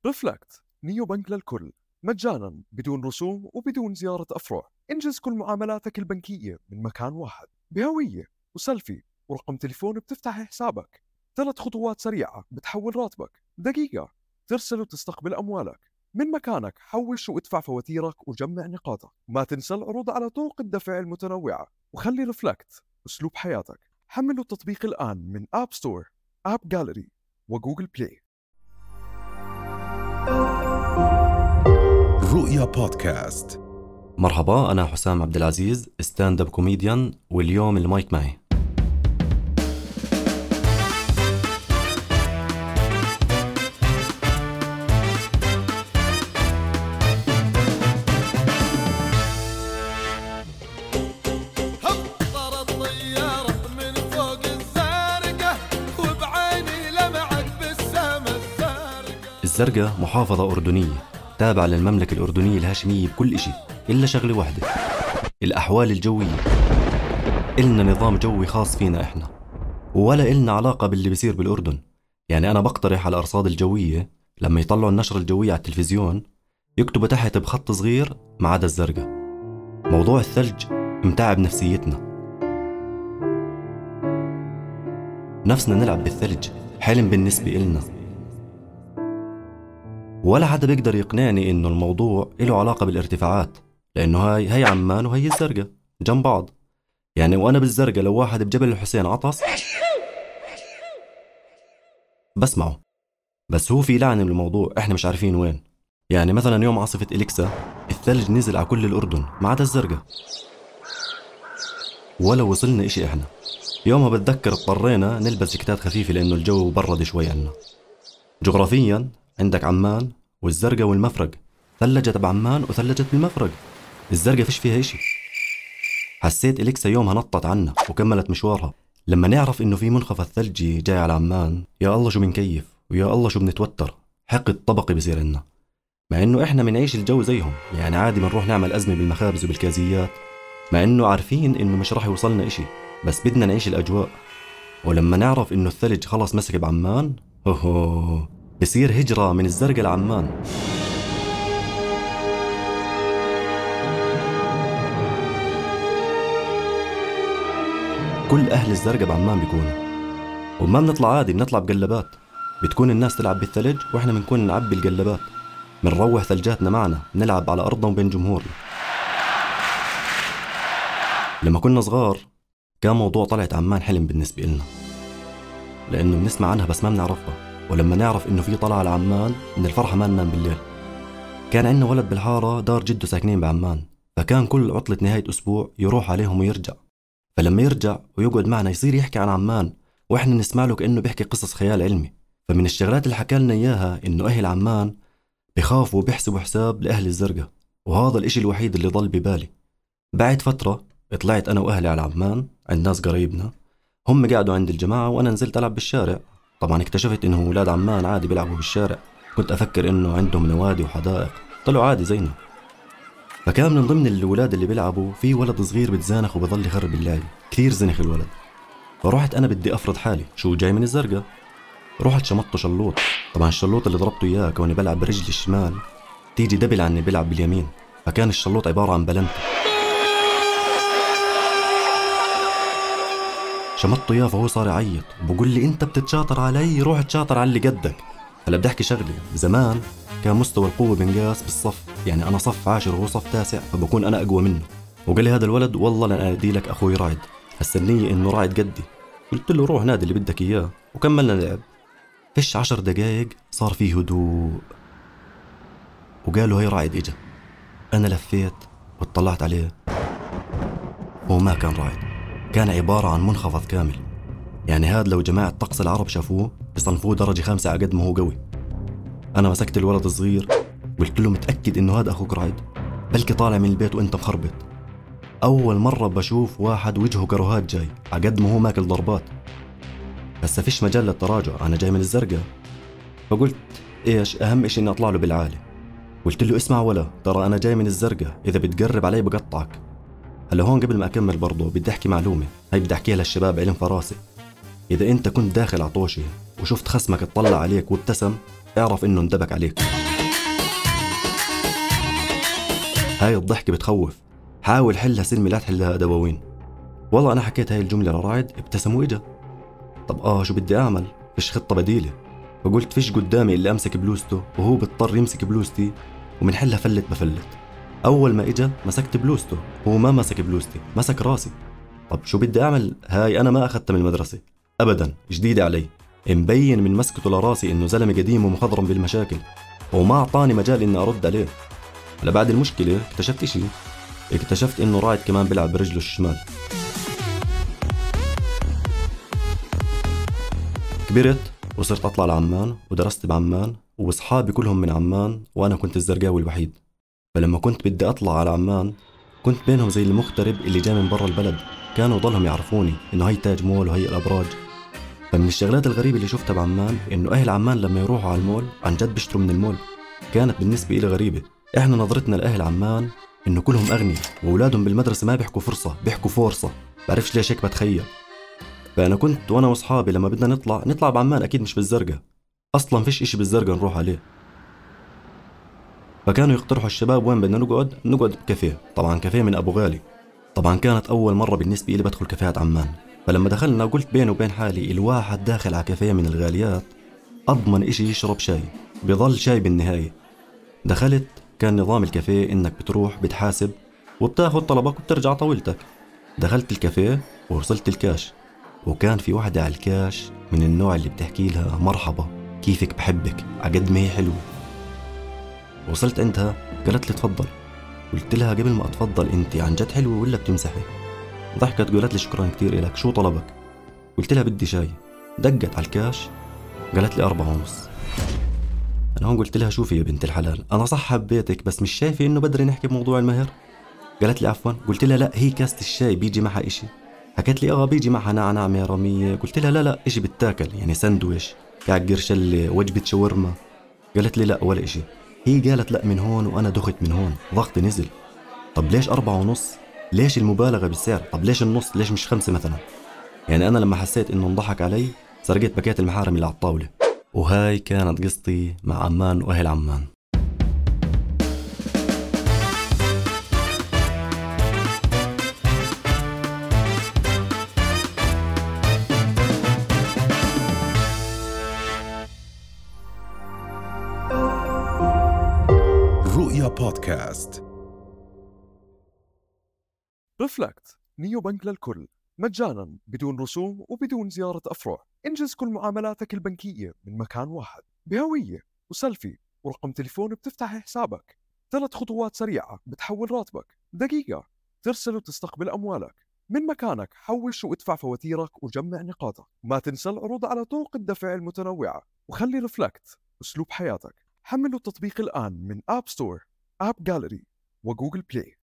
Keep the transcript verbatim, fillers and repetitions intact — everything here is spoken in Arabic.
ريفلكت نيو بنك للكل، مجانا بدون رسوم وبدون زيارة أفرع. انجز كل معاملاتك البنكية من مكان واحد، بهوية وسيلفي ورقم تليفون بتفتح حسابك. ثلاث خطوات سريعة بتحول راتبك، دقيقة ترسل وتستقبل أموالك من مكانك. حوش وادفع فواتيرك وجمع نقاطك. ما تنسى العروض على طرق الدفع المتنوعة، وخلي ريفلكت أسلوب حياتك. حملوا التطبيق الآن من آب ستور، آب جاليري وجوجل بلاي. رؤيا بودكاست. مرحبا، أنا حسام عبد العزيز، ستاند اب كوميديان، واليوم المايك معي. الزرقاء محافظة أردنية تابعة للمملكة الأردنية الهاشمية بكل إشي إلا شغلة واحدة، الأحوال الجوية. إلنا نظام جوي خاص فينا إحنا، ولا إلنا علاقة باللي بيصير بالأردن. يعني أنا بقترح على الأرصاد الجوية لما يطلعوا النشرة الجوية على التلفزيون يكتبوا تحت بخط صغير ما عدا الزرقاء. موضوع الثلج متعب نفسيتنا، نفسنا نلعب بالثلج، حلم بالنسبة إلنا. ولا حدا بيقدر يقنعني إنه الموضوع له علاقة بالارتفاعات، لأنه هاي هاي عمان وهي الزرقاء جنب بعض. يعني وأنا بالزرقاء لو واحد بجبل الحسين عطس بسمعه، بس هو في لعنة بالموضوع إحنا مش عارفين وين. يعني مثلا يوم عاصفة إليكسا الثلج نزل على كل الأردن ما عدا الزرقاء، ولا وصلنا إشي إحنا. يومها بتذكر اضطرينا نلبس جاكيتات خفيفة لأنه الجو برد شوي عنا. جغرافيا عندك عمان والزرقاء والمفرق، ثلجت بعمان وثلجت بالمفرق. الزرقاء فيش فيها إشي. حسيت إليكسا يومها نطت عنا وكملت مشوارها. لما نعرف إنه في منخفض ثلجي جاي على عمان، يا الله شو بنكيف ويا الله شو بنتوتر. حقد طبقي بصير لنا، مع إنه إحنا منعيش الجو زيهم. يعني عادي بنروح نعمل أزمة بالمخابز وبالكازيات، مع إنه عارفين إنه مش راح يوصلنا إشي، بس بدنا نعيش الأجواء. ولما نعرف إنه الثلج خلاص مسك بعمان، هوهو بصير هجرة من الزرقاء لعمان. كل أهل الزرقاء بعمان بيكونوا، وما بنطلع عادي، بنطلع بقلبات. بتكون الناس تلعب بالثلج وإحنا بنكون نعبي القلبات، بنروح ثلجاتنا معنا، نلعب على أرضنا وبين جمهورنا. لما كنا صغار كان موضوع طلعت عمان حلم بالنسبة لنا، لأنه بنسمع عنها بس ما بنعرفها. ولما نعرف إنه في طلعة لعمان من الفرحة ما ننام بالليل. كان عندنا ولد بالحارة دار جده ساكنين بعمان، فكان كل عطلة نهاية أسبوع يروح عليهم ويرجع. فلما يرجع ويقعد معنا يصير يحكي عن عمان، وإحنا نسمع له كأنه بيحكي قصص خيال علمي. فمن الشغلات اللي حكى لنا إياها إنه أهل عمان بيخافوا وبيحسبوا حساب لأهل الزرقاء، وهذا الإشي الوحيد اللي ضل ببالي. بعد فترة طلعت أنا وأهلي على عمان عند ناس قريبنا، هم قاعدوا عند الجماعة وأنا نزلت ألعب بالشارع. طبعا اكتشفت إنه أولاد عمان عادي بيلعبوا بالشارع، كنت أفكر إنه عندهم نوادي وحدائق، طلعوا عادي زينا. فكان من ضمن الأولاد اللي بيلعبوا في ولد صغير بتزانخ وبضل يخرب اللعب، كثير زنخ الولد. فرحت أنا بدي أفرض حالي، شو جاي من الزرقاء. رحت شمطته شلوط. طبعا الشلوط اللي ضربته إياه كوني بلعب برجلي الشمال تيجي دبل عني بلعب باليمين، فكان الشلوط عبارة عن بلنت. شمطته إياه فهو صار يعيط وبقول لي أنت بتتشاطر علي، روح تشاطر على اللي قدك. هلا بدي أحكي شغلي، زمان كان مستوى القوة بنقاس بالصف، يعني أنا صف عاشر وهو صف تاسع، فبكون أنا أقوى منه. وقال لي هذا الولد والله لن أنادي لك أخوي راعد، هستنيه إنه راعد قدي. قلت له روح نادي اللي بدك إياه، وكملنا لعب. فيش عشر دقايق صار فيه هدوء، وقالوا هي راعد إجا. أنا لفيت واطلعت عليه، هو ما كان راعد، كان عبارة عن منخفض كامل. يعني هذا لو جماعة طقس العرب شافوه بصنفوه درجة خامسة على قد ما هو قوي. أنا مسكت الولد الصغير قلت له متأكد إنه هذا أخوك راعد؟ بلكي طالع من البيت وإنت مخربط. أول مرة بشوف واحد وجهه كروهات جاي على قد ما هو ماكل ضربات. بس فيش مجال للتراجع، أنا جاي من الزرقاء. فقلت إيش أهم إشي إني أطلع له بالعالي. قلت له اسمع ولا ترى أنا جاي من الزرقاء، إذا بتقرب علي بقطعك. هلا هون قبل ما أكمل برضو بدي أحكي معلومة، هاي بدي أحكيها للشباب علم فراسي. إذا أنت كنت داخل عطوشي وشفت خصمك اطلع عليك وابتسم، اعرف إنه اندبك عليك. هاي الضحكة بتخوف، حاول حلها سلمي لا تحلها دواوين. والله أنا حكيت هاي الجملة لرائد ابتسم وإجا. طب آه شو بدي أعمل؟ فيش خطة بديلة. فقلت فيش قدامي اللي أمسك بلوزته وهو بيضطر يمسك بلوزتي ومنحلها فلت بفلت. أول ما إجا مسكت بلوزته، هو ما مسك بلوزتي، مسك راسي. طب شو بدي أعمل؟ هاي أنا ما أخذتها من المدرسة أبدا، جديدة علي. مبين من مسكته لراسي إنه زلمة قديم ومخضرم بالمشاكل، وما أعطاني مجال إني أرد عليه. لبعد المشكلة اكتشفت إشي، اكتشفت إنه رايد كمان بيلعب برجله الشمال. كبرت وصرت أطلع لعمان ودرست بعمان وأصحابي كلهم من عمان وأنا كنت الزرقاوي الوحيد. فلما كنت بدي أطلع على عمان كنت بينهم زي المغترب اللي جاي من برا البلد. كانوا ضلهم يعرفوني إنه هاي تاج مول وهي الأبراج. فمن الشغلات الغريبة اللي شفتها بعمان إنه أهل عمان لما يروحوا على المول عن جد بيشتروا من المول. كانت بالنسبة إلي غريبة. إحنا نظرتنا لأهل عمان إنه كلهم أغنياء وأولادهم بالمدرسة ما بيحكوا فرصة، بيحكوا فورصة. بعرفش ليش هيك بتخيل. فأنا كنت وأنا وأصحابي لما بدنا نطلع نطلع بعمان، أكيد مش بالزرقاء، أصلا فيش إشي بالزرقاء نروح عليه. فكانوا يقترحوا الشباب وين بدنا نقعد، نقعد بكافيه. طبعا كافيه من أبو غالي. طبعا كانت أول مرة بالنسبة لي بدخل كافيهات عمان. فلما دخلنا قلت بيني وبين حالي الواحد داخل على كافيه من الغاليات أضمن إشي يشرب شاي، بيظل شاي بالنهاية. دخلت كان نظام الكافيه إنك بتروح بتحاسب وبتاخد طلبك وبترجع طاولتك. دخلت الكافيه ووصلت الكاش، وكان في واحدة على الكاش من النوع اللي بتحكي لها مرحبا كيفك بحبك عقد ما هي حلوة. وصلت عندها قالت لي تفضل. قلت لها قبل ما أتفضل أنت عن جد حلوة ولا بتمسحي؟ ضحكت قالت لي شكرا كتير إلك، شو طلبك؟ قلت لها بدي شاي. دقت على الكاش قالت لي أربعة ونص. أنا هون قلت لها شوفي يا بنت الحلال، أنا صح حبيتك بس مش شايفة إنه بدري نحكي بموضوع المهر؟ قالت لي عفوا. قلت لها لا هي كاسة الشاي بيجي معها إشي؟ حكت لي اه بيجي معها نعناع ميرامية. قلت لها لا لا إشي بتاكل يعني ساندويش كعك قرشلة وجبة شاورما. قالت لي لا ولا إشي. هي قالت لا من هون وأنا دخت من هون، ضغطي نزل. طب ليش أربعة ونص؟ ليش المبالغة بالسعر؟ طب ليش النص؟ ليش مش خمسة مثلا؟ يعني أنا لما حسيت إنه انضحك علي سرقت باكيت المحارم اللي على الطاولة. وهاي كانت قصتي مع عمان وأهل عمان. رؤيا بودكاست. ريفلكت نيو بنك للكل، مجانا بدون رسوم وبدون زيارة أفرع. انجز كل معاملاتك البنكية من مكان واحد، بهوية وسيلفي ورقم تليفون بتفتح حسابك. ثلاث خطوات سريعة بتحول راتبك، دقيقة ترسل وتستقبل أموالك. من مكانك حوش وادفع فواتيرك وجمع نقاطك. ما تنسى العروض على طرق الدفع المتنوعة، وخلي ريفلكت أسلوب حياتك. حملوا التطبيق الآن من آب ستور، آب جاليري وجوجل بلاي.